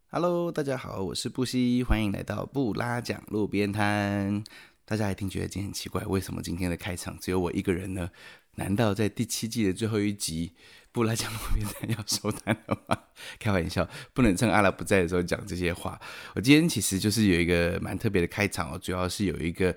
Hello，大家好，我是布希，欢迎来到布拉讲路边摊。大家一定觉得今天很奇怪，为什么今天的开场只有我一个人呢？难道在第7季的最后一集，布拉讲路边摊要收摊了吗？开玩笑，不能趁阿拉不在的时候讲这些话。我今天其实就是有一个蛮特别的开场哦，主要是有一个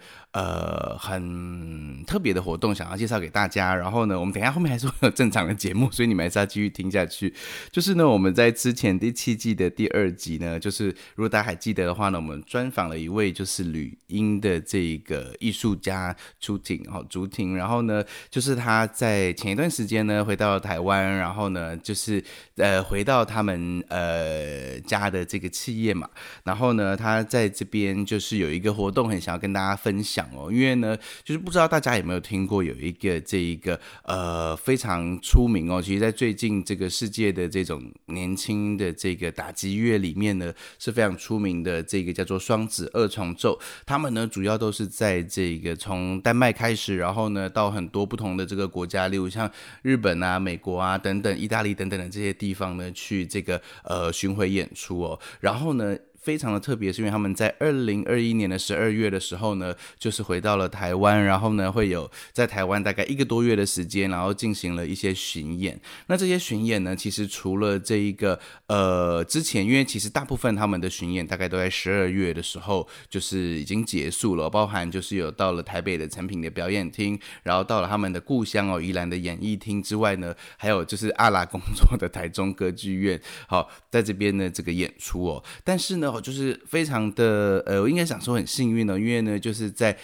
很特别的活动想要介绍给大家。然后呢，我们等一下后面还是会有正常的节目，所以你们还是要继续听下去。就是呢，我们在之前第7季的第2集呢，就是如果大家还记得的话呢，我们专访了一位就是旅英的这个艺术家朱婷，然后呢，就是他在前一段时间呢回到了台湾，然后呢就是回到他们家的这个企业嘛，然后呢他在这边就是有一个活动很想要跟大家分享哦，因为呢就是不知道大家有没有听过有一个这一个非常出名哦，其实在最近这个世界的这种年轻的这个打击乐里面呢是非常出名的这个叫做双子二重奏，他们呢主要都是在这个从丹麦开始，然后呢到很多不同的这个国家，例如像日本啊、美国啊等等、意大利等等的这些地方呢去这个巡回演出哦，然后呢非常的特别，是因为他们在2021年的12月的时候呢，就是回到了台湾，然后呢会有在台湾大概1个多月的时间，然后进行了一些巡演。那这些巡演呢，其实除了这一个之前，因为其实大部分他们的巡演大概都在12月的时候就是已经结束了，包含就是有到了台北的成品的表演厅，然后到了他们的故乡哦宜兰的演艺厅之外呢，还有就是阿拉工作的台中歌剧院，好在这边呢这个演出哦。但是呢就是非常的我应该想说很幸运哦，因为呢就是在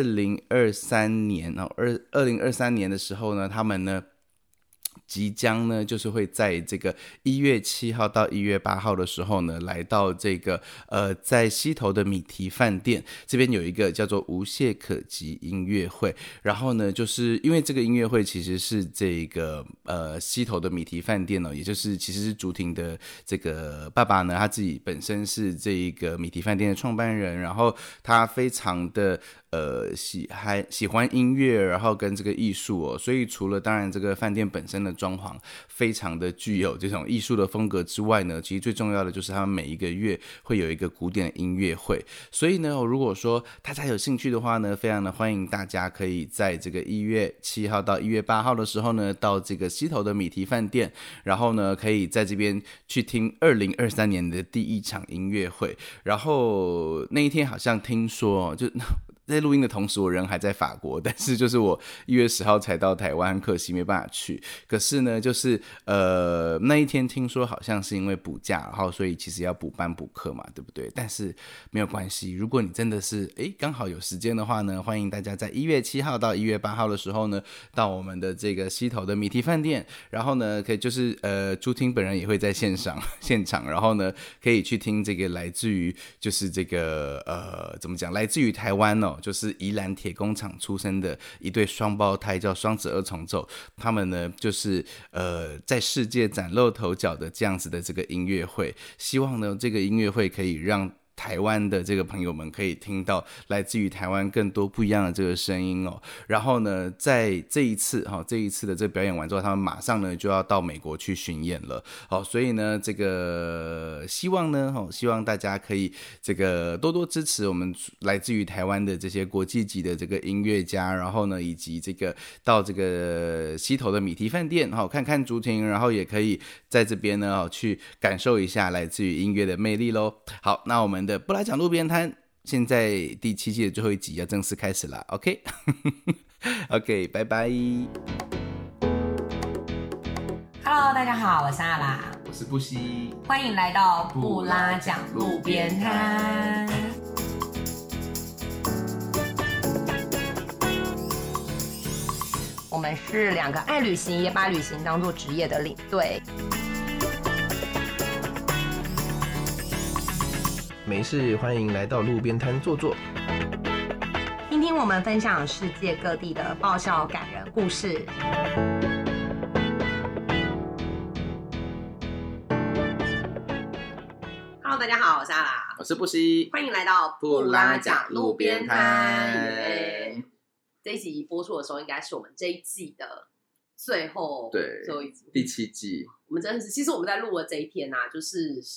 2023年哦2023年的时候呢，他们呢即将呢就是会在这个1月7号到1月8号的时候呢，来到这个在溪头的米提饭店这边有一个叫做无懈可击音乐会，然后呢就是因为这个音乐会其实是这个溪头的米提饭店哦，也就是其实是竹婷的这个爸爸呢，他自己本身是这一个米提饭店的创办人，然后他非常的喜欢音乐，然后跟这个艺术哦，所以除了当然这个饭店本身的装潢非常的具有这种艺术的风格之外呢，其实最重要的就是他们每一个月会有一个古典音乐会，所以呢如果说大家有兴趣的话呢，非常的欢迎大家可以在这个1月7号到1月8号的时候呢，到这个溪头的米提饭店，然后呢可以在这边去听2023年的第1场音乐会，然后那一天好像听说就在录音的同时我人还在法国，但是就是我1月10号才到台湾，很可惜没办法去。可是呢就是那一天听说好像是因为补假，然后所以其实要补班补课嘛，对不对？但是没有关系，如果你真的是刚好有时间的话呢，欢迎大家在1月7号到1月8号的时候呢，到我们的这个溪头的米提饭店，然后呢可以就是朱婷本人也会在现场，然后呢可以去听这个来自于就是这个怎么讲，来自于台湾哦，就是宜兰铁工厂出生的一对双胞胎，叫双子二重奏，他们呢就是在世界崭露头角的这样子的这个音乐会，希望呢这个音乐会可以让台湾的这个朋友们可以听到来自于台湾更多不一样的这个声音哦。然后呢在这一次的这个表演完之后，他们马上呢就要到美国去巡演了所以呢这个希望大家可以这个多多支持我们来自于台湾的这些国际级的这个音乐家，然后呢以及这个到这个溪头的米提饭店看看竹婷，然后也可以在这边呢去感受一下来自于音乐的魅力咯。好，那我们的不来讲路边摊现在第7季的最后一集要正式开始了 OK OK 拜拜。 Hello 大家好，我是阿拉， 我是布希， 欢迎来到布拉讲路边摊。我们是2个爱旅行也把旅行当作职业的领队， 没事，欢迎来到路边摊坐坐， 听听我们分享世界各地的爆笑感人故事。Hello， 大家好，我是阿拉， 我是布希， 欢迎来到布拉讲路边摊。 这一集播出的时候，应该是我们这一季的最后一集， 第7季。 我们真的是，其实我们在录的这一天啊，是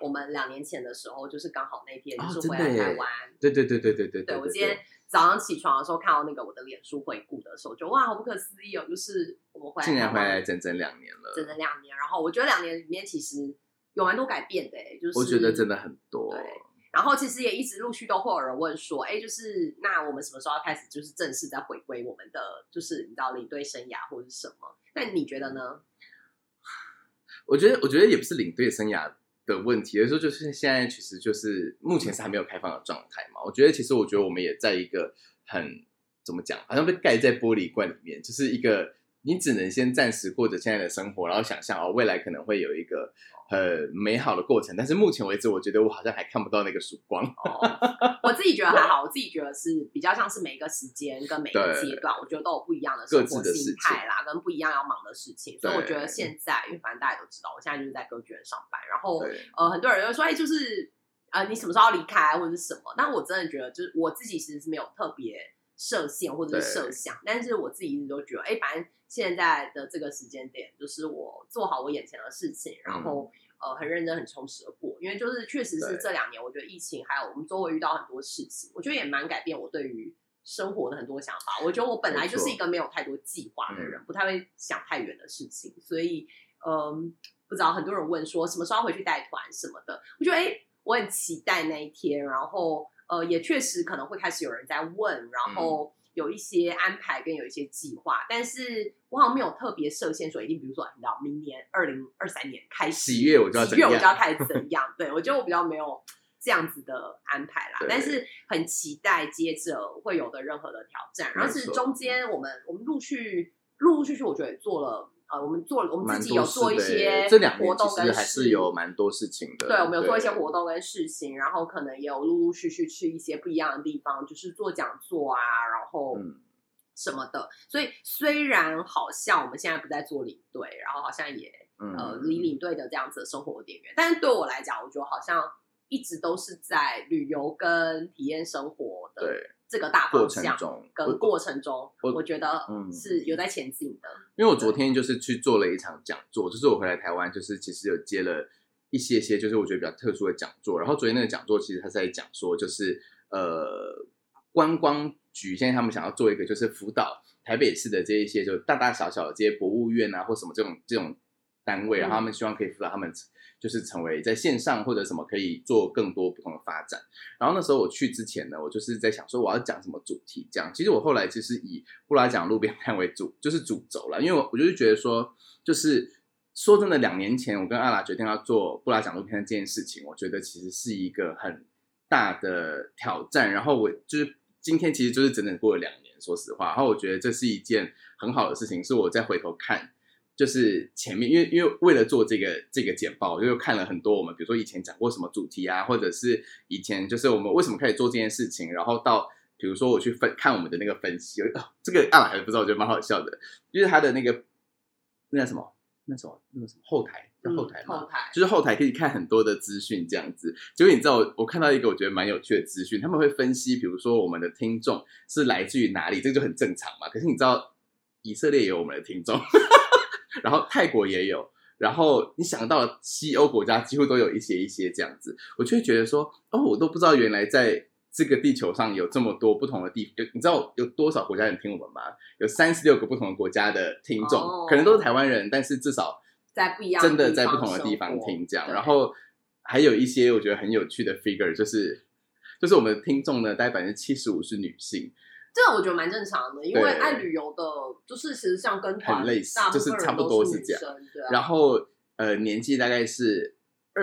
我们2年前的时候，就是刚好那天哦就是回来台湾。 对， 对，我今天早上起床的时候看到那个我的脸书回顾的时候，就哇，好不可思议哦！就是我们回来， 竟然回来整整2年了， 整整2年。然后我觉得2年里面其实有蛮多改变的，就是我觉得真的很多。 对，然后其实也一直陆续都会有人问说，就是那我们什么时候要开始就是正式在回归我们的就是你知道领队生涯或者是什么？那你觉得呢？ 我觉得也不是领队生涯的问题，有时候就是现在其实就是目前是还没有开放的状态嘛。我觉得我们也在一个很怎么讲，好像被盖在玻璃罐里面，就是一个你只能先暂时过着现在的生活，然后想象未来可能会有一个很美好的过程，但是目前为止，我觉得我好像还看不到那个曙光。 我自己觉得还好，我自己觉得是比较像是每一个时间跟每一个阶段，我觉得都有不一样的生活心态啦，跟不一样要忙的事情。所以我觉得现在，因为反正大家都知道，我现在就是在歌剧院上班，然后很多人就会说，就是你什么时候要离开或者是什么？但我真的觉得，就是我自己其实是没有特别设限或者是设想，但是我自己一直都觉得，反正现在的这个时间点，就是我做好我眼前的事情，然后很认真很充实的过，因为就是确实是这2年，我觉得疫情还有我们周围遇到很多事情，我觉得也蛮改变我对于生活的很多想法。我觉得我本来就是一个没有太多计划的人，不太会想太远的事情，所以不知道很多人问说什么时候要回去带团什么的，我觉得我很期待那一天，然后也确实可能会开始有人在问，然后有一些安排跟有一些计划，但是我好像没有特别设限说一定，比如说你知道明年2023年开始几月我就要开始怎样。对，我觉得我比较没有这样子的安排啦，但是很期待接着会有的任何的挑战。然后是中间我们陆续我觉得也做了我们自己有做一些活动跟还是有蛮多事情的。 对，我们有做一些活动跟事情，然后可能也有陆续去一些不一样的地方，就是做讲座啊，然后什么的。所以虽然好像我们现在不在做领队，然后好像也离领队的这样子的生活有点远，但是对我来讲，我觉得好像一直都是在旅游跟体验生活的这个大方向跟过程中，我觉得是有在前进的。 因为我昨天就是去做了一场讲座，就是我回来台湾，就是其实有接了一些就是我觉得比较特殊的讲座。然后昨天那个讲座其实他是在讲说，就是观光局现在他们想要做一个就是辅导台北市的这一些就大大小小的这些博物院啊或什么这种单位，然后他们希望可以辅导他们就是成为在线上或者什么可以做更多不同的发展。然后那时候我去之前呢，我就是在想说我要讲什么主题这样。其实我后来就是以布拉奖路边摊为就是主轴啦，因为我就是觉得说，就是说真的2年前我跟阿拉决定要做布拉奖路边摊这件事情，我觉得其实是一个很大的挑战。然后我就是今天其实就是整整过了2年，说实话。然后我觉得这是一件很好的事情，是我再回头看。就是前面因为为了做这个简报，我就看了很多我们比如说以前讲过什么主题啊，或者是以前就是我们为什么开始做这件事情，然后到比如说我去看我们的那个分析，这个阿拉还不知道，我觉得蛮好笑的，就是他的那个那什么后台叫后台吗？就是后台可以看很多的资讯这样子。结果你知道我看到一个我觉得蛮有趣的资讯，他们会分析比如说我们的听众是来自于哪里，这个就很正常嘛。可是你知道以色列也有我们的听众然后泰国也有，然后你想到了西欧国家几乎都有一些这样子，我就会觉得说我都不知道原来在这个地球上有这么多不同的地方。你知道有多少国家人听我们吗？有36个不同的国家的听众，可能都是台湾人，但是至少在不一样的真的在不同的地方听这样。然后还有一些我觉得很有趣的 figure， 就是我们的听众呢大概75%是女性。 这个我觉得蛮正常的，因为爱旅游的就是其实像跟团很类似，就是差不多是这样。然后年纪大概是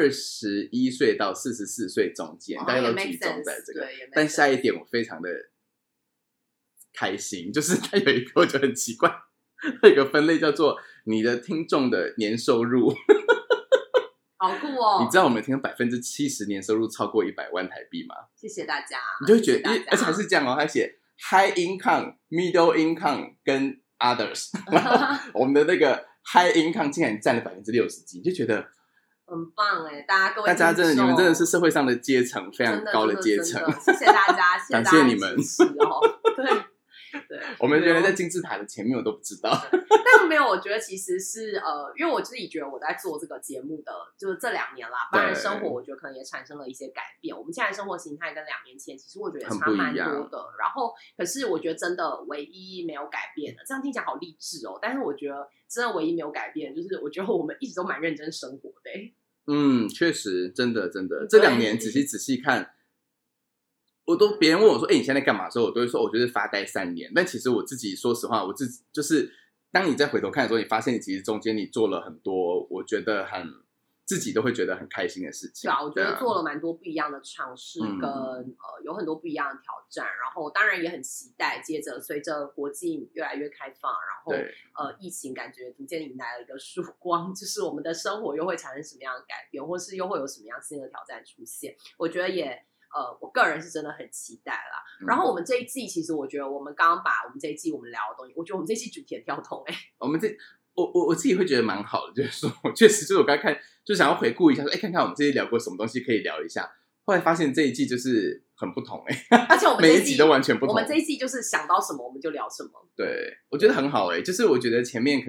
21岁到44岁中间，大概都集中在这个。但下一点我非常的开心，就是它有一个我觉得很奇怪，有一个分类叫做你的听众的年收入。 好酷哦！ 你知道我们听70%年收入超过100万台币吗？ 谢谢大家。 你就会觉得，而且还是这样哦，他写 high income、middle income 跟 others， 我们的那个 high income 竟然占了60%几，你就觉得很棒哎！大家真的，你们真的是社会上的阶层非常高的阶层， 谢谢大家， 感谢你们。 对， 对， 我们原来在金字塔的前面我都不知道。 但没有，我觉得其实是因为我自己觉得我在做这个节目的就是这2年啦，当然生活我觉得可能也产生了一些改变。我们现在生活形态跟2年前其实我觉得差蛮多的。然后可是我觉得真的唯一没有改变的，这样听起来好励志哦。但是我觉得真的唯一没有改变，就是我觉得我们一直都蛮认真生活的。 确实，真的，这2年仔细看。别人问我说：“你现在在干嘛？”的时候，我都会说：“我就是发呆3年。”但其实我自己说实话，我自己就是当你再回头看的时候，你发现你其实中间你做了很多，我觉得自己都会觉得很开心的事情。 对啊，我觉得做了蛮多不一样的尝试，跟有很多不一样的挑战。然后当然也很期待，接着随着国际越来越开放，然后疫情感觉逐渐迎来了一个曙光，就是我们的生活又会产生什么样的改变，或是又会有什么样新的挑战出现。我觉得也。我个人是真的很期待啦。然后我们这一季，其实我觉得我们刚刚把我们这一季我们聊的东西，我觉得我们这一季主题很跳通我自己会觉得蛮好的，就是说我确实就是我刚才看就想要回顾一下说，看看我们这一季聊过什么东西可以聊一下。后来发现这一季就是很不同而且我们每一集都完全不同。 我们这一季就是想到什么我们就聊什么。 对，我觉得很好就是我觉得前面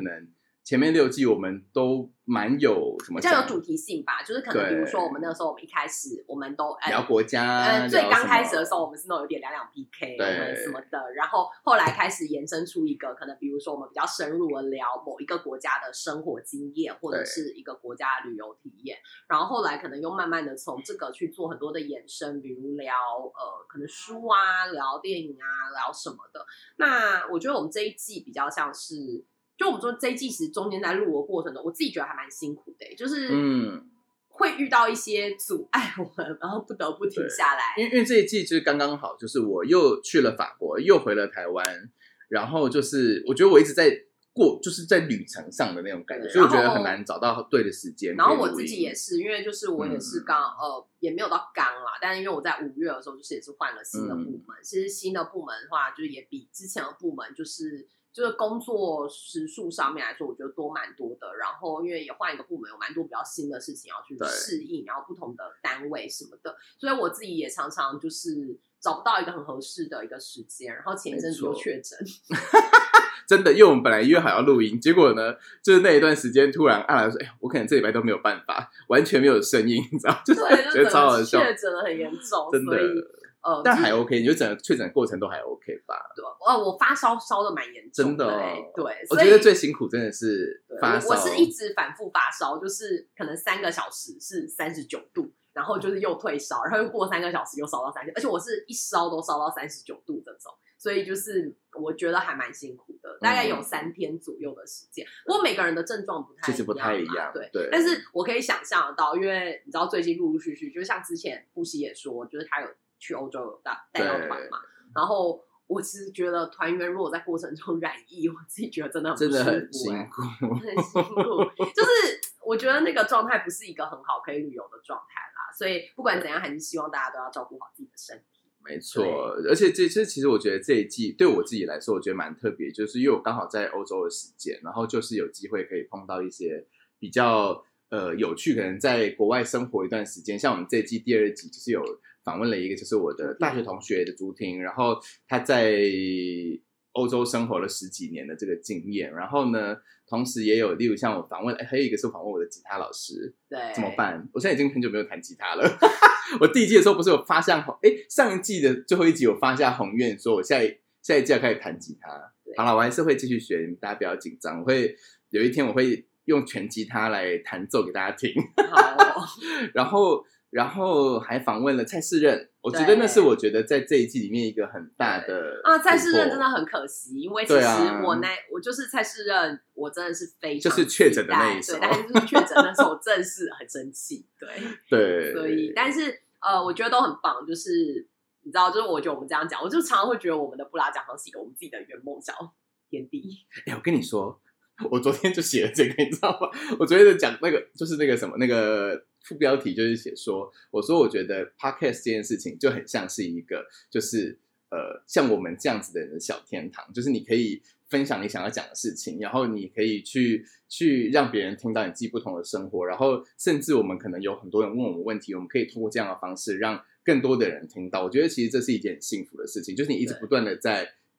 6季我们都蛮有什么比较有主题性吧，就是可能比如说我们那个时候我们一开始我们都聊国家， 最刚开始的时候我们是那种有点两 PK 我们什么的，然后后来开始延伸出一个可能比如说我们比较深入的聊某一个国家的生活经验或者是一个国家的旅游体验，然后后来可能又慢慢的从这个去做很多的衍生，比如聊可能书啊，聊电影啊，聊什么的。那我觉得我们这一季比较像是就我们说这一季其实中间在录的过程中，我自己觉得还蛮辛苦的，就是会遇到一些阻碍我们，然后不得不停下来。 因为这一季就是刚刚好，就是我又去了法国，又回了台湾，然后就是我觉得我一直在就是在旅程上的那种感觉，所以我觉得很难找到对的时间。 然后我自己也是，因为就是我也是也没有到刚啦，但是因为我在5月的时候就是也是换了新的部门，其实新的部门的话，就是也比之前的部门就是工作时数上面来说，我觉得多蛮多的。然后因为也换一个部门，有蛮多比较新的事情要去适应，然后不同的单位什么的，所以我自己也常常就是找不到一个很合适的一个时间。然后前一阵子又确诊， 真的，因为我们本来约好要录音，结果呢，就是那一段时间突然阿来说：“我可能这礼拜都没有办法，完全没有声音，你知道？” 对， 觉得超好笑， 确诊的很严重， 真的。但还 OK， 你就整个确诊过程都还 OK 吧？ 对，我发烧烧的蛮严重的， 真的对， 我觉得最辛苦真的是发烧。 我是一直反复发烧，就是可能3个小时是39度，然后就是又退烧，然后又过3个小时又烧到30，而且我是一烧都烧到39度这种，所以就是我觉得还蛮辛苦的，大概有3天左右的时间。不过每个人的症状其实不太一样， 对。但是我可以想象得到，因为你知道最近陆陆续续，就像之前布希也说，就是他有去欧洲有带到团嘛，然后我其实觉得团员如果在过程中染疫，我自己觉得真的很不舒服， 很辛苦， 很辛苦。就是我觉得那个状态不是一个很好可以旅游的状态啦，所以不管怎样，还是希望大家都要照顾好自己的身体。 没错，而且其实我觉得这一季对我自己来说，我觉得蛮特别，就是因为我刚好在欧洲的时间，然后就是有机会可以碰到一些比较有趣，可能在国外生活一段时间，像我们这一季第2集就是有访问了一个就是我的大学同学的朱婷，然后他在欧洲生活了10几年的这个经验，然后呢，同时也有例如像我访问，还有一个是访问我的吉他老师， 对， 怎么办？我现在已经很久没有弹吉他了。我第1季的时候不是有发下上一季的最后1集有发下宏愿，说我下一季要开始弹吉他。好了，我还是会继续学，大家不要紧张。有一天我会用全吉他来弹奏给大家听。 好然后还访问了蔡世任，我觉得那是我觉得在这一季里面一个很大的蔡世任真的很可惜，因为其实我就是蔡世任，我真的是非常就是确诊的那一首， 对，但是就是确诊那时候我真的是很生气，对，所以但是我觉得都很棒，就是你知道，就是我觉得我们这样讲，我就常常会觉得我们的布拉讲堂是一个我们自己的圆梦小天地。 我跟你说，我昨天就写了这个，你知道吗？我昨天就讲那个，就是那个什么，那个副标题就是写说，我说我觉得 podcast 这件事情就很像是一个，就是像我们这样子的人的小天堂，就是你可以分享你想要讲的事情，然后你可以去让别人听到你自己不同的生活，然后甚至我们可能有很多人问我们问题，我们可以通过这样的方式让更多的人听到。我觉得其实这是一件很幸福的事情，就是你一直不断的在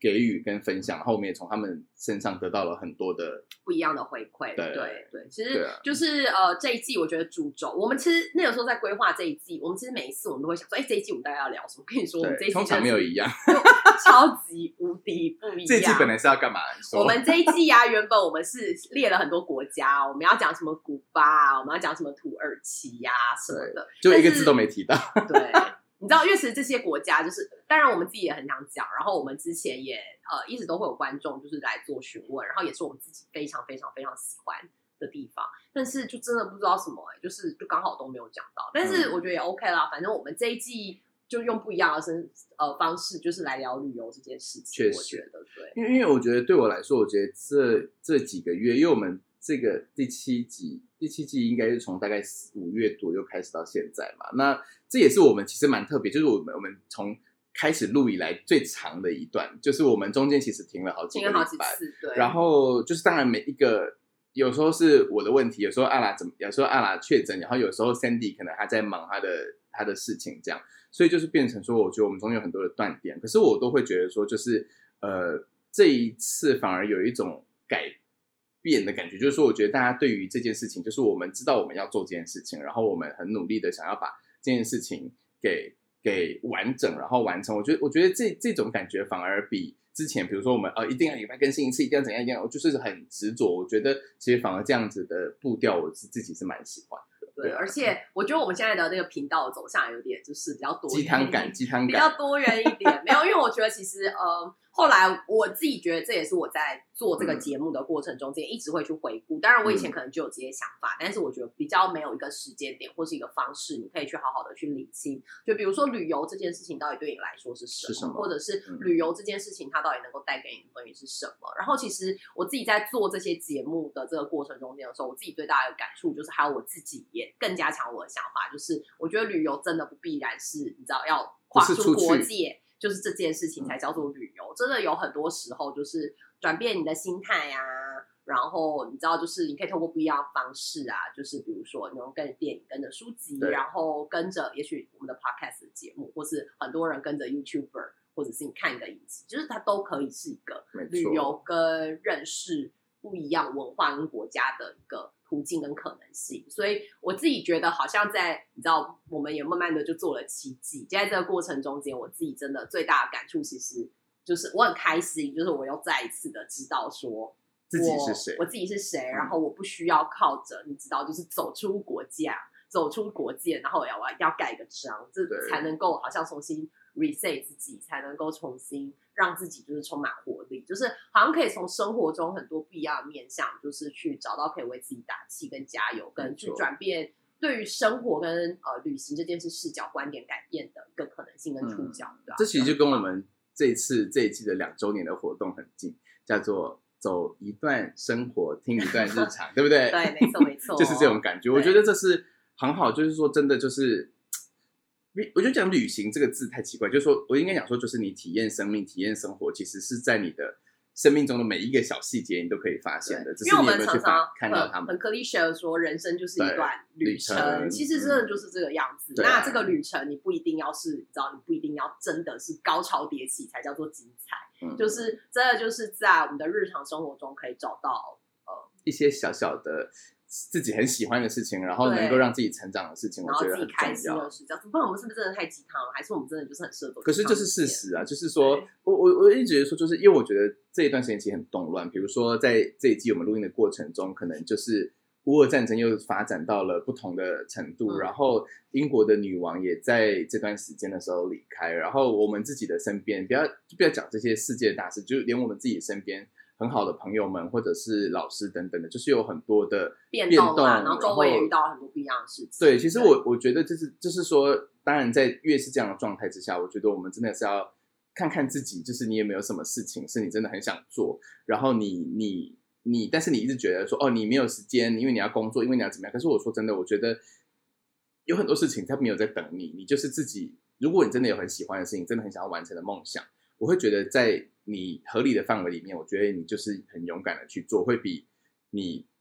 给予跟分享，然后我们也从他们身上得到了很多的不一样的回馈。 对， 其实就是这一季我觉得主轴，我们其实那个时候在规划这一季，我们其实每一次我们都会想说，这一季我们大概要聊什么？跟你说，我们这一季通常没有一样， 超级无敌不一样。 这一季本来是要干嘛？ 我们这一季原本我们是列了很多国家，我们要讲什么古巴，我们要讲什么土耳其什么的， 就一个字都没提到。 对。你知道，因为其实这些国家就是，当然我们自己也很想讲，然后我们之前也一直都会有观众就是来做询问，然后也是我们自己非常非常非常喜欢的地方，但是就真的不知道什么就是就刚好都没有讲到，但是我觉得也 OK 啦，反正我们这一季就用不一样的方式，就是来聊旅游这件事情。 确实， 我觉得对， 因为我觉得对我来说，我觉得这几个月，因为我们这个第七季应该是从大概5月左右开始到现在嘛，那这也是我们其实蛮特别，就是我们从开始录以来最长的一段，就是我们中间其实停了好几个礼拜， 对， 然后就是当然每一个有时候是我的问题，有时候阿拉确诊，然后有时候 Sandy 可能他在忙他的事情这样，所以就是变成说我觉得我们中间有很多的断点，可是我都会觉得说就是这一次反而有一种改变的感觉，就是说我觉得大家对于这件事情，就是我们知道我们要做这件事情，然后我们很努力的想要把这件事情给完整，然后完成。我觉得这种感觉反而比之前，比如说我们一定要礼拜更新一次，一定要怎样一样，我就是很执着。我觉得其实反而这样子的步调，我自己是蛮喜欢的。 对，而且我觉得我们现在的那个频道走向有点就是比较多元鸡汤感， 比较多元一点。没有，因为我觉得其实后来我自己觉得这也是我在做这个节目的过程中间一直会去回顾。当然我以前可能就有这些想法，但是我觉得比较没有一个时间点或是一个方式你可以去好好的去理清，就比如说旅游这件事情到底对你来说是什么，或者是旅游这件事情它到底能够带给你的东西是什么。然后其实我自己在做这些节目的这个过程中间的时候，我自己最大的感触就是还有我自己也更加强我的想法，就是我觉得旅游真的不必然是你知道要跨出国界，就是这件事情才叫做旅游。真的有很多时候就是转变你的心态然后你知道就是你可以透过不一样的方式就是比如说你能跟着电影跟着书籍，然后跟着也许我们的 podcast 的节目，或是很多人跟着 YouTuber， 或者是你看一个影集，就是它都可以是一个旅游跟认识不一样文化跟国家的一个途径跟可能性。所以我自己觉得好像在你知道我们也慢慢的就做了7季，在这个过程中间我自己真的最大的感触其实就是我很开心，就是我又再一次的知道说自己是谁， 我自己是谁，然后我不需要靠着你知道就是走出国界，然后我要盖个章，这才能够好像重新 reset 自己，才能够重新让自己就是充满活力，就是好像可以从生活中很多不一样的面向，就是去找到可以为自己打气跟加油，跟去转变对于生活跟旅行这件事视角观点改变的一个可能性跟触角。对吧？ 这其实就跟我们这一季的2周年的活动很近，叫做走一段生活，听一段日常，对不对？ 对，没错， 就是这种感觉。我觉得这是很好，就是说真的就是，我觉得讲旅行这个字太奇怪，就是说我应该讲说，就是你体验生命、体验生活，其实是在你的生命中的每一个小细节，你都可以发现的。只是你有没有去看到他们？ 很 cliché 的说，人生就是一段旅程，其实真的就是这个样子。那这个旅程，你不一定要是，你知道，你不一定要真的是高潮迭起才叫做精彩。就是真的就是在我们的日常生活中可以找到一些小小的自己很喜欢的事情，然后能够让自己成长的事情，我觉得很重要。然后自己开心的事情， 不然我们是不是真的太鸡汤了？还是我们真的就是很适合做？ 可是就是事实啊，就是说我一直觉得说，就是因为我觉得这一段时间其实很动乱。比如说在这一季我们录音的过程中，可能就是乌俄战争又发展到了不同的程度，然后英国的女王也在这段时间的时候离开，然后我们自己的身边，不要讲这些世界大事，就连我们自己身边很好的朋友们或者是老师等等的，就是有很多的变动然后周围也遇到很多不一样的事情。 对，其实我觉得就是说，当然在越是这样的状态之下，我觉得我们真的是要看看自己，就是你有没有什么事情是你真的很想做，然后但是你一直觉得说你没有时间，因为你要工作，因为你要怎么样。可是我说真的，我觉得有很多事情它没有在等你，你就是自己。如果你真的有很喜欢的事情，真的很想要完成的梦想，我会觉得在你合理的范围里面，我觉得你就是很勇敢的去做，会比你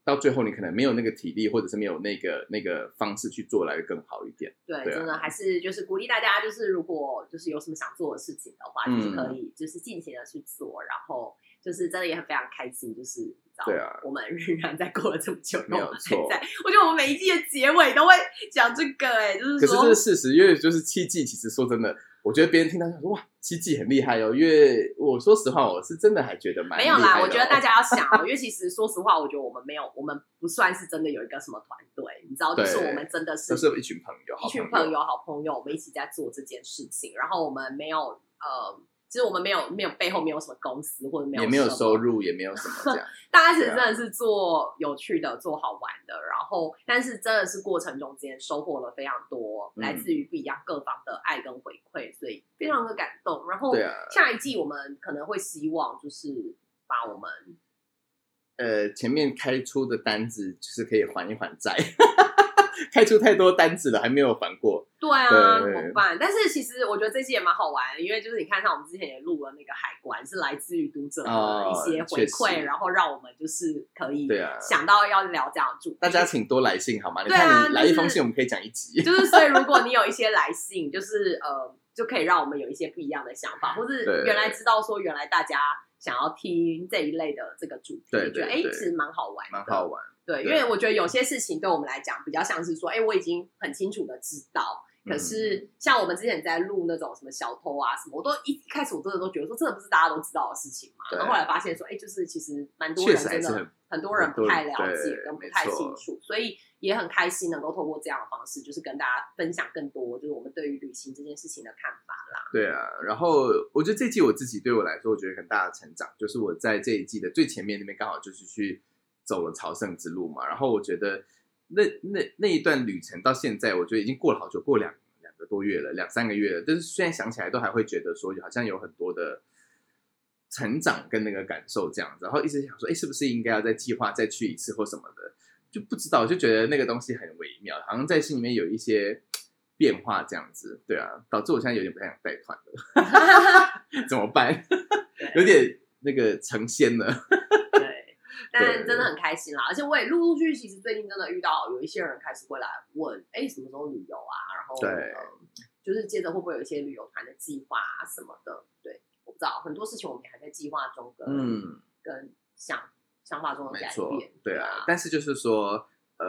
到最后你可能没有那个体力，或者是没有那个方式去做来的更好一点。 对，真的还是就是鼓励大家，就是如果就是有什么想做的事情的话，就是可以就是尽情的去做，然后就是真的也很非常开心，就是对啊， 我们仍然在过了这么久， 没有错。 我觉得我们每一季的结尾都会讲这个，就是说， 可是这是事实，因为就是7季，其实说真的。我觉得别人听到说哇，7季很厉害哦，因为我说实话，我是真的还觉得蛮厉害的。 没有啦，我觉得大家要想因为其实说实话，我觉得我们不算是真的有一个什么团队，你知道，就是我们真的是都是一群朋友， 好朋友，我们一起在做这件事情，然后我们没有其实我们没有背后没有什么公司或者也没有收入，也没有什么这样。 大家其实真的是做有趣的，做好玩的，然后但是真的是过程中间收获了非常多来自于不一样各方的爱跟回馈，所以非常的感动。然后下一季我们可能会希望就是把我们前面开出的单子就是可以还一还债。开出太多单子了，还没有还过。 对啊，怎么办？但是其实我觉得这期也蛮好玩的，因为就是你看，像我们之前也录了那个海关，是来自于读者的一些回馈，然后让我们就是可以想到要聊这样的主题。 大家请多来信好吗？你看你来一封信，我们可以讲一集。 就是所以如果你有一些来信，就是就可以让我们有一些不一样的想法，或是原来知道说原来大家想要听这一类的这个主题，你觉得其实蛮好玩的， 蛮好玩。 对，因为我觉得有些事情对我们来讲比较像是说，我已经很清楚的知道，可是像我们之前在录那种什么小偷啊什么，我都一开始我真的都觉得说，这不是大家都知道的事情嘛。然后后来发现说，就是其实蛮多人真的很多人不太了解跟不太清楚，所以也很开心能够透过这样的方式，就是跟大家分享更多就是我们对于旅行这件事情的看法啦。 对啊，然后我觉得这季我自己对我来说，我觉得很大的成长，就是我在这一季的最前面那边刚好就是去走了朝圣之路嘛，然后我觉得那一段旅程到现在，我觉得已经过了好久，过两个多月了，2-3个月了，但是现在想起来都还会觉得说好像有很多的成长跟那个感受这样子，然后一直想说是不是应该要再计划再去一次或什么的，就不知道，就觉得那个东西很微妙，好像在心里面有一些变化这样子。对啊，导致我现在有点不太想带团了怎么办有点那个成仙了但真的很开心啦，而且我也陆陆续续，其实最近真的遇到有一些人开始会来问，什么时候旅游啊？然后就是接着会不会有一些旅游团的计划啊什么的？对，我不知道，很多事情我们也还在计划中跟想法中的改变。 对啊，但是就是说，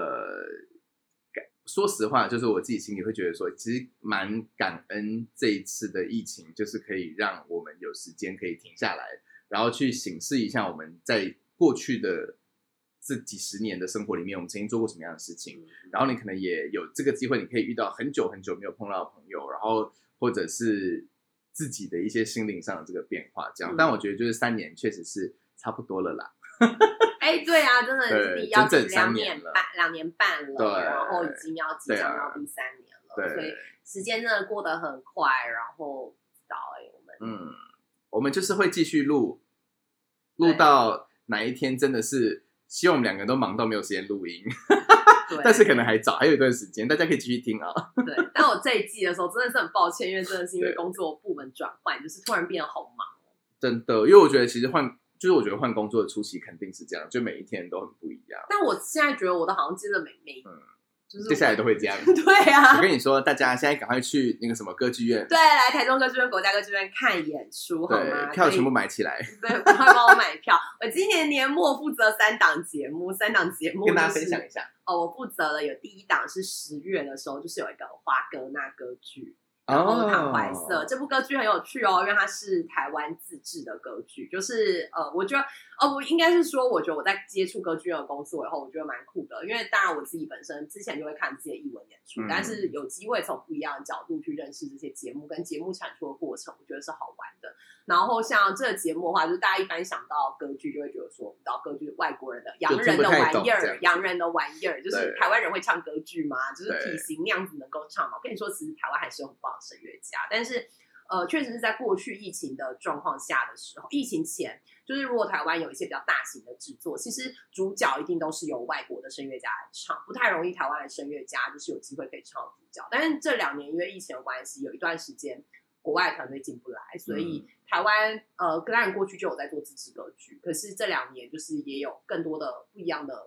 说实话，就是我自己心里会觉得说，其实蛮感恩这一次的疫情，就是可以让我们有时间可以停下来，然后去省视一下我们在过去的这几十年的生活里面，我们曾经做过什么样的事情，然后你可能也有这个机会，你可以遇到很久很久没有碰到的朋友，然后或者是自己的一些心灵上的这个变化，这样。但我觉得就是3年确实是差不多了啦。 对啊，真的要整整3年了 ，2年半了， 对， 然后已经要即将到第3年了，所以时间真的过得很快，然后不知道我们就是会继续录到哪一天真的是希望我们2个人都忙到没有时间录音但是可能还早，还有一段时间，大家可以继续听啊对，但我这一季的时候真的是很抱歉，因为真的是因为工作部门转换，就是突然变得好忙真的，因为我觉得其实我觉得换工作的初期肯定是这样，就每一天都很不一样。 但我现在觉得我的好像接着每就是接下来都会这样对啊， 我跟你说，大家现在赶快去那个什么歌剧院， 对，来台中歌剧院、国家歌剧院看演出好吗？ 票全部买起来， 对，赶快帮我买票。我今年年末负责3档节目， 跟大家分享一下。 我负责了有第1档是10月的时候，就是有一个华格纳歌剧。然后唐怀瑟这部歌剧很有趣因为它是台湾自制的歌剧，就是我觉得我应该是说，我觉得我在接触歌剧院的工作以后，我觉得蛮酷的，因为当然我自己本身之前就会看自己的艺文演出，但是有机会从不一样的角度去认识这些节目跟节目产出的过程，我觉得是好玩的。然后像这个节目的话，就是大家一般想到歌剧就会觉得说，你知道歌剧外国人的洋人的玩意儿，就是台湾人会唱歌剧吗？就是体型那样子能够唱吗？我跟你说，其实台湾还是有很棒的声乐家，但是确实是在过去疫情的状况下的时候，疫情前就是如果台湾有一些比较大型的制作，其实主角一定都是由外国的声乐家来唱，不太容易台湾的声乐家就是有机会可以唱主角。但是这2年因为疫情的关系，有一段时间国外团队进不来，所以台湾当然过去就有在做自制歌剧，可是这2年就是也有更多的不一样的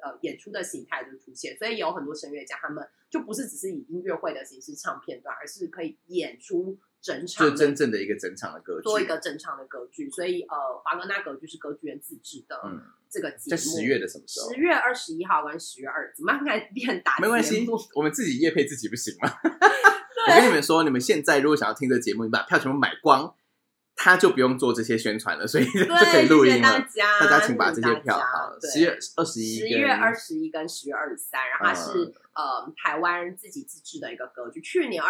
演出的形态就出现，所以有很多声乐家他们就不是只是以音乐会的形式唱片段，而是可以演出整场， 就真正的一个整场的歌剧， 做一个整场的歌剧。所以华格纳歌剧是歌剧院自制的这个节目， 在10月的什么时候？ 10月21号跟10月2，怎么样？开始变打节目？ 没关系，我们自己业配自己不行吗？我跟你们说，你们现在如果想要听这个节目，你把票全部买光，他就不用做这些宣传了，所以就可以录音了。大家请把这些票好了。10月21 跟10月23，然后它是台湾自己自制的一个歌剧，去年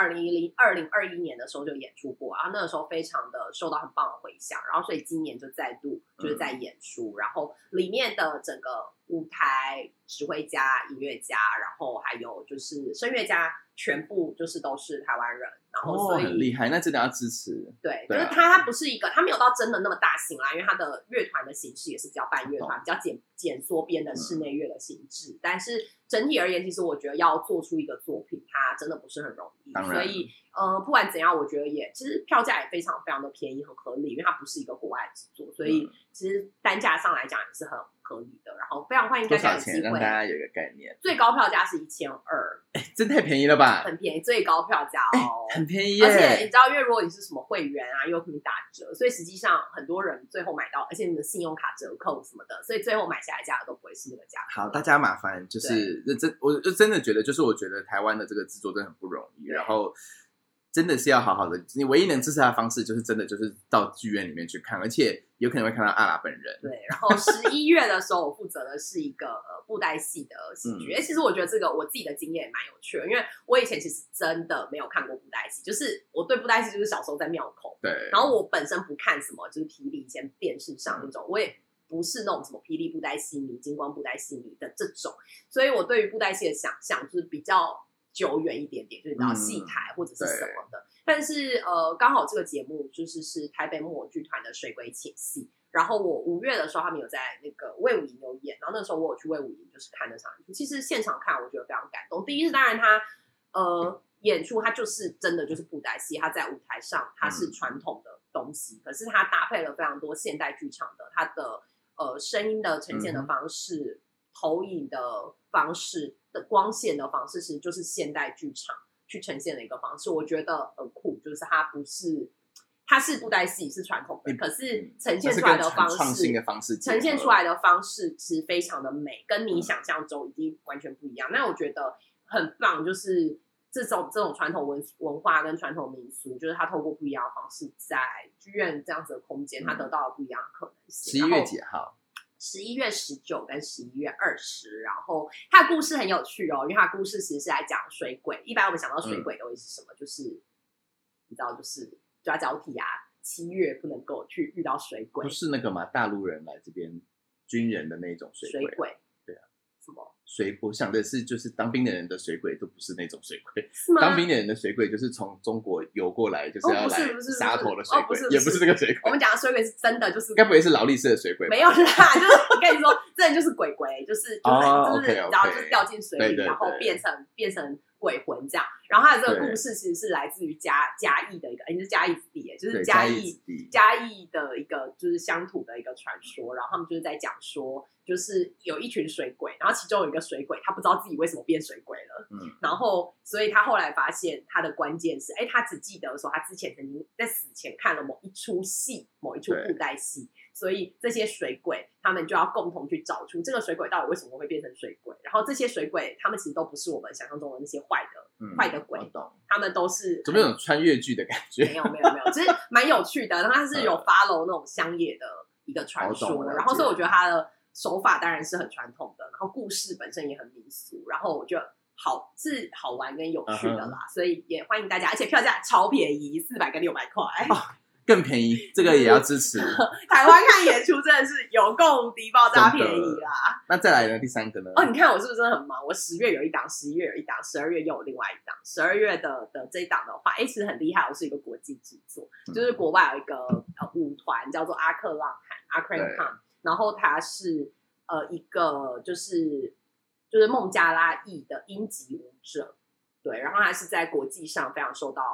2021年的时候就演出过，然后那个时候非常的受到很棒的回响，然后所以今年就再度就是在演出，然后里面的整个舞台指挥家、音乐家，然后还有就是声乐家，全部就是都是台湾人，然后所以很厉害，那真的要支持。 对，就是它不是一个，它没有到真的那么大型啦，因为它的乐团的形式也是比较半乐团，比较简缩编的室内乐的形制，但是整体而言，其实我觉得要做出一个作品，它真的不是很容易，所以不管怎样，我觉得其实票价也非常非常的便宜，很合理，因为它不是一个国外制作，所以其实单价上来讲也是很合理的。然后非常欢迎大家有机会， 让大家有一个概念。 最高票价是1200， 真太便宜了吧？ 很便宜，最高票价很便宜耶。 而且你知道，因为如果你是什么会员啊，又可以打折，所以实际上很多人最后买到，而且你的信用卡折扣什么的，所以最后买下来价格都不会是那个价格。 好，大家麻烦就是我就真的觉得，就是我觉得台湾的这个制作真的很不容易，然后真的是要好好的，你唯一能支持他的方式就是真的就是到剧院里面去看，而且有可能会看到阿拉本人。 对，然后11月的时候，我负责的是一个布袋戏的喜剧。其实我觉得这个我自己的经验也蛮有趣的，因为我以前其实真的没有看过布袋戏，就是我对布袋戏就是小时候在庙口， 对， 然后我本身不看什么就是霹雳以前电视上那种，我也不是那种什么霹雳布袋戏迷、金光布袋戏迷的这种，所以我对于布袋戏的想象就是比较久远一点点，就是你知道戏台或者是什么的。但是刚好这个节目是台北木偶剧团的水鬼请戏，然后我5月的时候他们有在那个卫武营有演，然后那时候我有去卫武营就是看那场演出，其实现场看我觉得非常感动。第一是当然他演出他就是真的就是布袋戏，他在舞台上他是传统的东西，可是他搭配了非常多现代剧场的他的声音的呈现的方式、投影的方式的光线的方式，其实就是现代剧场去呈现的一个方式，我觉得很酷，就是它是布袋戏是传统的，可是呈现出来的方式， 创新的方式， 呈现出来的方式其实非常的美，跟你想象中已经完全不一样。那我觉得很棒，就是这种传统文化跟传统民俗，就是它透过不一样的方式，在剧院这样子的空间，它得到了不一样的可能性。 11月几号 ？11月19跟11月20，然后它的故事很有趣哦，因为它的故事其实是来讲水鬼。一般我们想到水鬼都会是什么？就是你知道，就是抓交替啊，7月不能够去遇到水鬼， 不是那个嘛？大陆人来这边军人的那种水鬼，对啊， 什么？ 我想的是，就是当兵的人的水鬼都不是那种水鬼， 是吗？ 当兵的人的水鬼就是从中国游过来，就是要来杀头的水鬼， 不是也不是这个水鬼。 我们讲的水鬼是真的，就是该不会是劳力士的水鬼吧？ 没有啦，就是我跟你说，真的就是鬼，就是然后就是掉进水里，然后变成鬼魂这样。然后他的这个故事其实是来自于嘉义的一个，是嘉义子弟，就是嘉义的一个就是乡土的一个传说。然后他们就是在讲说，就是有一群水鬼，然后其中有一个水鬼，他不知道自己为什么变水鬼了。然后所以他后来发现他的关键是，他只记得说他之前曾经在死前看了某一出布袋戏，所以这些水鬼他们就要共同去找出这个水鬼到底为什么会变成水鬼。然后这些水鬼他们其实都不是我们想象中的那些坏的鬼，他们都是怎么有种穿越剧的感觉？ 没有，其实蛮有趣的。然后它是有 follow 那种乡野的一个传说，然后所以我觉得它的手法当然是很传统的，然后故事本身也很民俗，然后我觉得是好玩跟有趣的啦，所以也欢迎大家，而且票价超便宜，400跟600块。 更便宜，这个也要支持。 台湾看演出真的是有够低爆炸便宜啦。 那再来呢？第3个呢？ 你看我是不是真的很忙？我10月有一档，11月有一档，12月又有另外一档。12月的这一档的话，其实很厉害，我是一个国际制作，就是国外有一个舞团叫做阿克浪罕 （Akron），然后它是一个就是孟加拉裔的英籍舞者，对，然后他是在国际上非常受到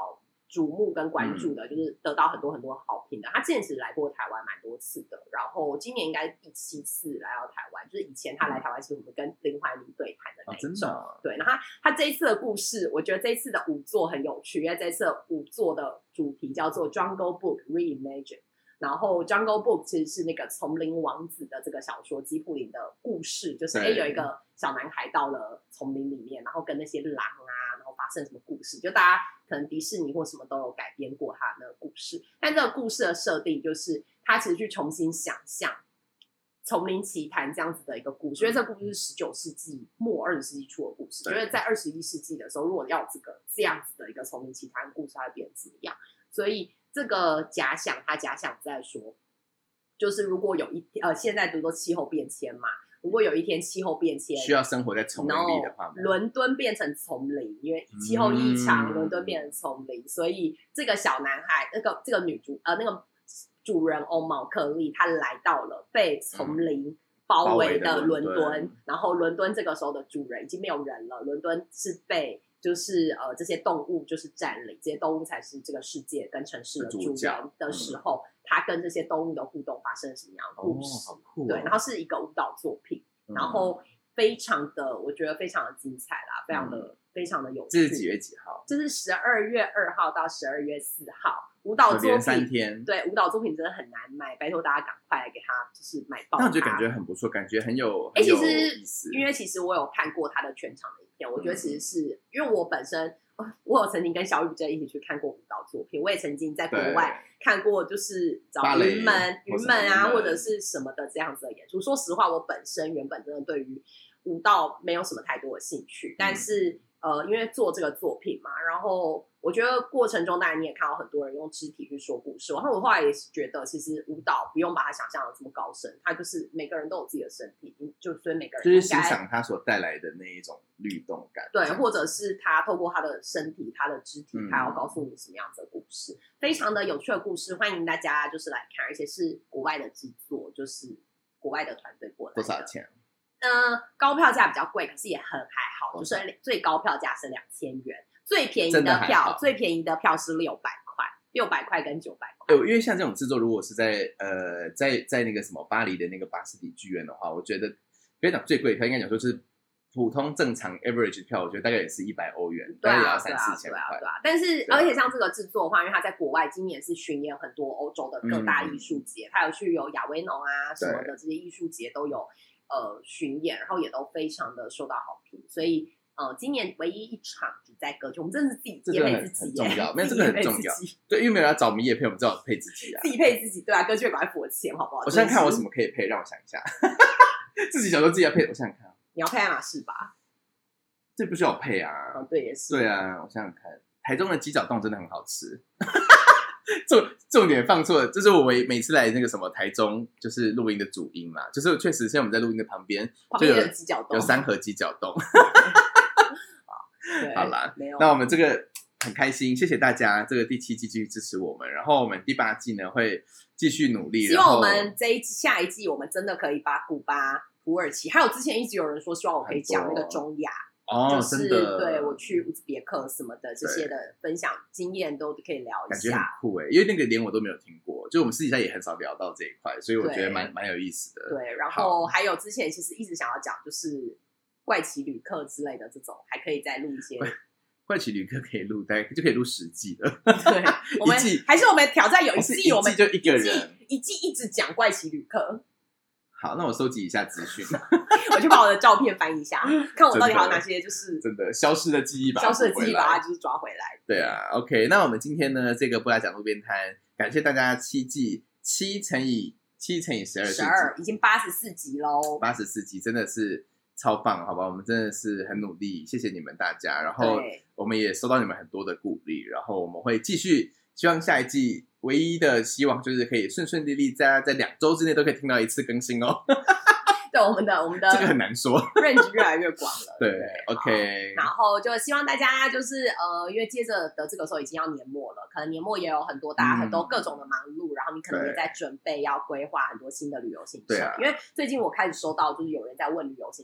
瞩目跟关注的，就是得到很多很多好评的。他之前其实来过台湾蛮多次的，然后今年应该是第7次来到台湾。就是以前他来台湾，其实我们跟林怀民对谈的那一种。 真的对，然后他这一次的故事，我觉得这一次的舞作很有趣，因为这一次的舞作的主题叫做 Jungle Book Reimagine。然后 Jungle Book 其实是那个丛林王子的这个小说吉卜林的故事，就是有一个小男孩到了丛林里面，然后跟那些狼啊，然后发生什么故事，就大家可能迪士尼或什么都有改编过他的那个故事，但这个故事的设定就是他其实去重新想象丛林奇谭这样子的一个故事，因为这个故事是19世纪末20世纪初的故事，就是在21世纪的时候，如果要这样子的一个丛林奇谭的故事，它会变成怎么样？所以这个假想，他假想在说，就是如果有一现在读说气候变迁嘛，如果有一天气候变迁需要生活在丛林里的话， 伦敦变成丛林，因为气候异常，伦敦变成丛林，所以这个小男孩，这个那个主人翁毛克利，他来到了被丛林包围的伦敦，然后伦敦这个时候的主人已经没有人了，伦敦是被就是这些动物就是占领，这些动物才是这个世界跟城市的主人的时候，他跟这些动物的互动发生了什么样的故事？ 好酷哦， 对，然后是一个舞蹈作品，然后非常的，我觉得非常的精彩啦，非常的有趣。 这是几月几号？ 这是12月2号到12月4号。舞蹈作品 3天， 对，舞蹈作品真的很难买，拜托大家赶快来给他就是买爆它。 那我觉得感觉很不错，感觉很有其意思。 因为其实我有看过他的全场的影片，我觉得其实是因为我本身我有曾经跟小雨姐一起去看过舞蹈作品，我也曾经在国外看过，就是找云门啊或者是什么的这样子的演出。说实话，我本身原本真的对于舞蹈没有什么太多的兴趣，但是因为做这个作品嘛，然后我觉得过程中当然你也看到很多人用肢体去说故事，然后我后来也是觉得其实舞蹈不用把它想象的这么高深，它就是每个人都有自己的身体，所以每个人就是欣赏它所带来的那一种律动感， 对，或者是他透过他的身体他的肢体他要告诉你什么样子的故事，非常的有趣的故事，欢迎大家就是来看，而且是国外的制作，就是国外的团队过来的。 多少钱？ 高票价比较贵，可是也很还好，就是最高票价是2000元，最便宜的票是600块跟900块。 因为像这种制作，如果是在那个什么巴黎的那个巴士底剧院的话，我觉得不要讲最贵的票，应该讲说是普通正常 average 票，我觉得大概也是100欧元，大概也要3-4千块。 对啊，但是而且像这个制作的话，因为他在国外今年是巡演很多欧洲的各大艺术节，他有去有亚维农啊什么的这些艺术节都有巡演，然后也都非常的受到好评，所以今年唯一一场只在歌剧，我们真的是自己业配自己， 很重要，没有这个很重要。对，因为没有人要找我们业配，我们只好配自己啊， 自己配自己，对啊，歌剧赶快付我钱好不好？ 我现在看我什么可以配，让我想一下，自己想说自己要配，我想想看， 你要配爱马仕吧？ 这不需要配啊， 对，也是， 对啊，我想想看，台中的鸡脚冻真的很好吃。重点放错了，这是我每次来那个什么台中就是录音的主因嘛，就是确实现在我们在录音的旁边就有鸡脚冻， 有3盒鸡脚冻。好啦， 那我们这个很开心，谢谢大家这个第7季继续支持我们，然后我们第8季呢会继续努力， 希望我们下一季我们真的可以把古巴、土耳其，还有之前一直有人说希望我可以讲那个中亚。就是对我去乌兹别克什么的这些的分享经验都可以聊一下， 感觉很酷因为那个连我都没有听过，就我们私底下也很少聊到这一块，所以我觉得蛮有意思的。 对，然后还有之前其实一直想要讲就是怪奇旅客之类的这种，还可以再录一些。 怪奇旅客可以录，大概就可以录10季了。 对，我们还是我们挑战有一季我们就一个人一季一直讲怪奇旅客。 好，那我收集一下资讯， 我去把我的照片翻一下，看我到底还有哪些就是真的消失的记忆把它就是抓回来。 对啊 ，OK， 那我们今天呢这个布拉讲路边摊，感谢大家7季7乘以12 已经84集喽 ，84集真的是超棒，好吧？我们真的是很努力，谢谢你们大家，然后我们也收到你们很多的鼓励，然后我们会继续，希望下一季。唯一的希望就是可以顺顺利利在2周之内都可以听到1次更新哦。 对，我们的这个很难说 range 越来越广了。 对 ，OK。 然后就希望大家就是因为接着的这个时候已经要年末了，可能年末也有很多大家很多各种的忙碌，然后你可能也在准备要规划很多新的旅游行程。对啊，因为最近我开始收到就是有人在问旅游行程，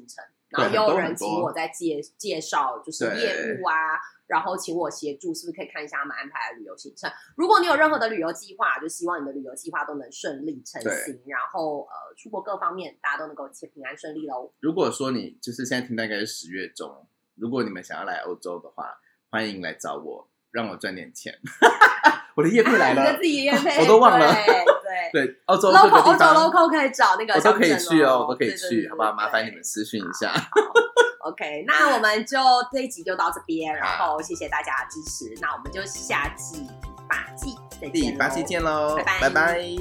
然后也有人请我在介绍就是业务啊，然后请我协助是不是可以看一下他们安排的旅游行程。如果你有任何的旅游计划，就希望你的旅游计划都能顺利成行，然后出国各方面大家都能够一切平安顺利咯。 如果说你就是现在听大概是10月中，如果你们想要来欧洲的话，欢迎来找我，让我赚点钱。我的业配来了， 你的自己业配， 我都忘了。对，欧洲各个地方 local 可以找那个， 我都可以去哦，我都可以去，好不好？麻烦你们私讯一下。 OK， 那我们就这一集就到这边，然后谢谢大家的支持，那我们就下季8季再见， 第8季见喽，拜拜。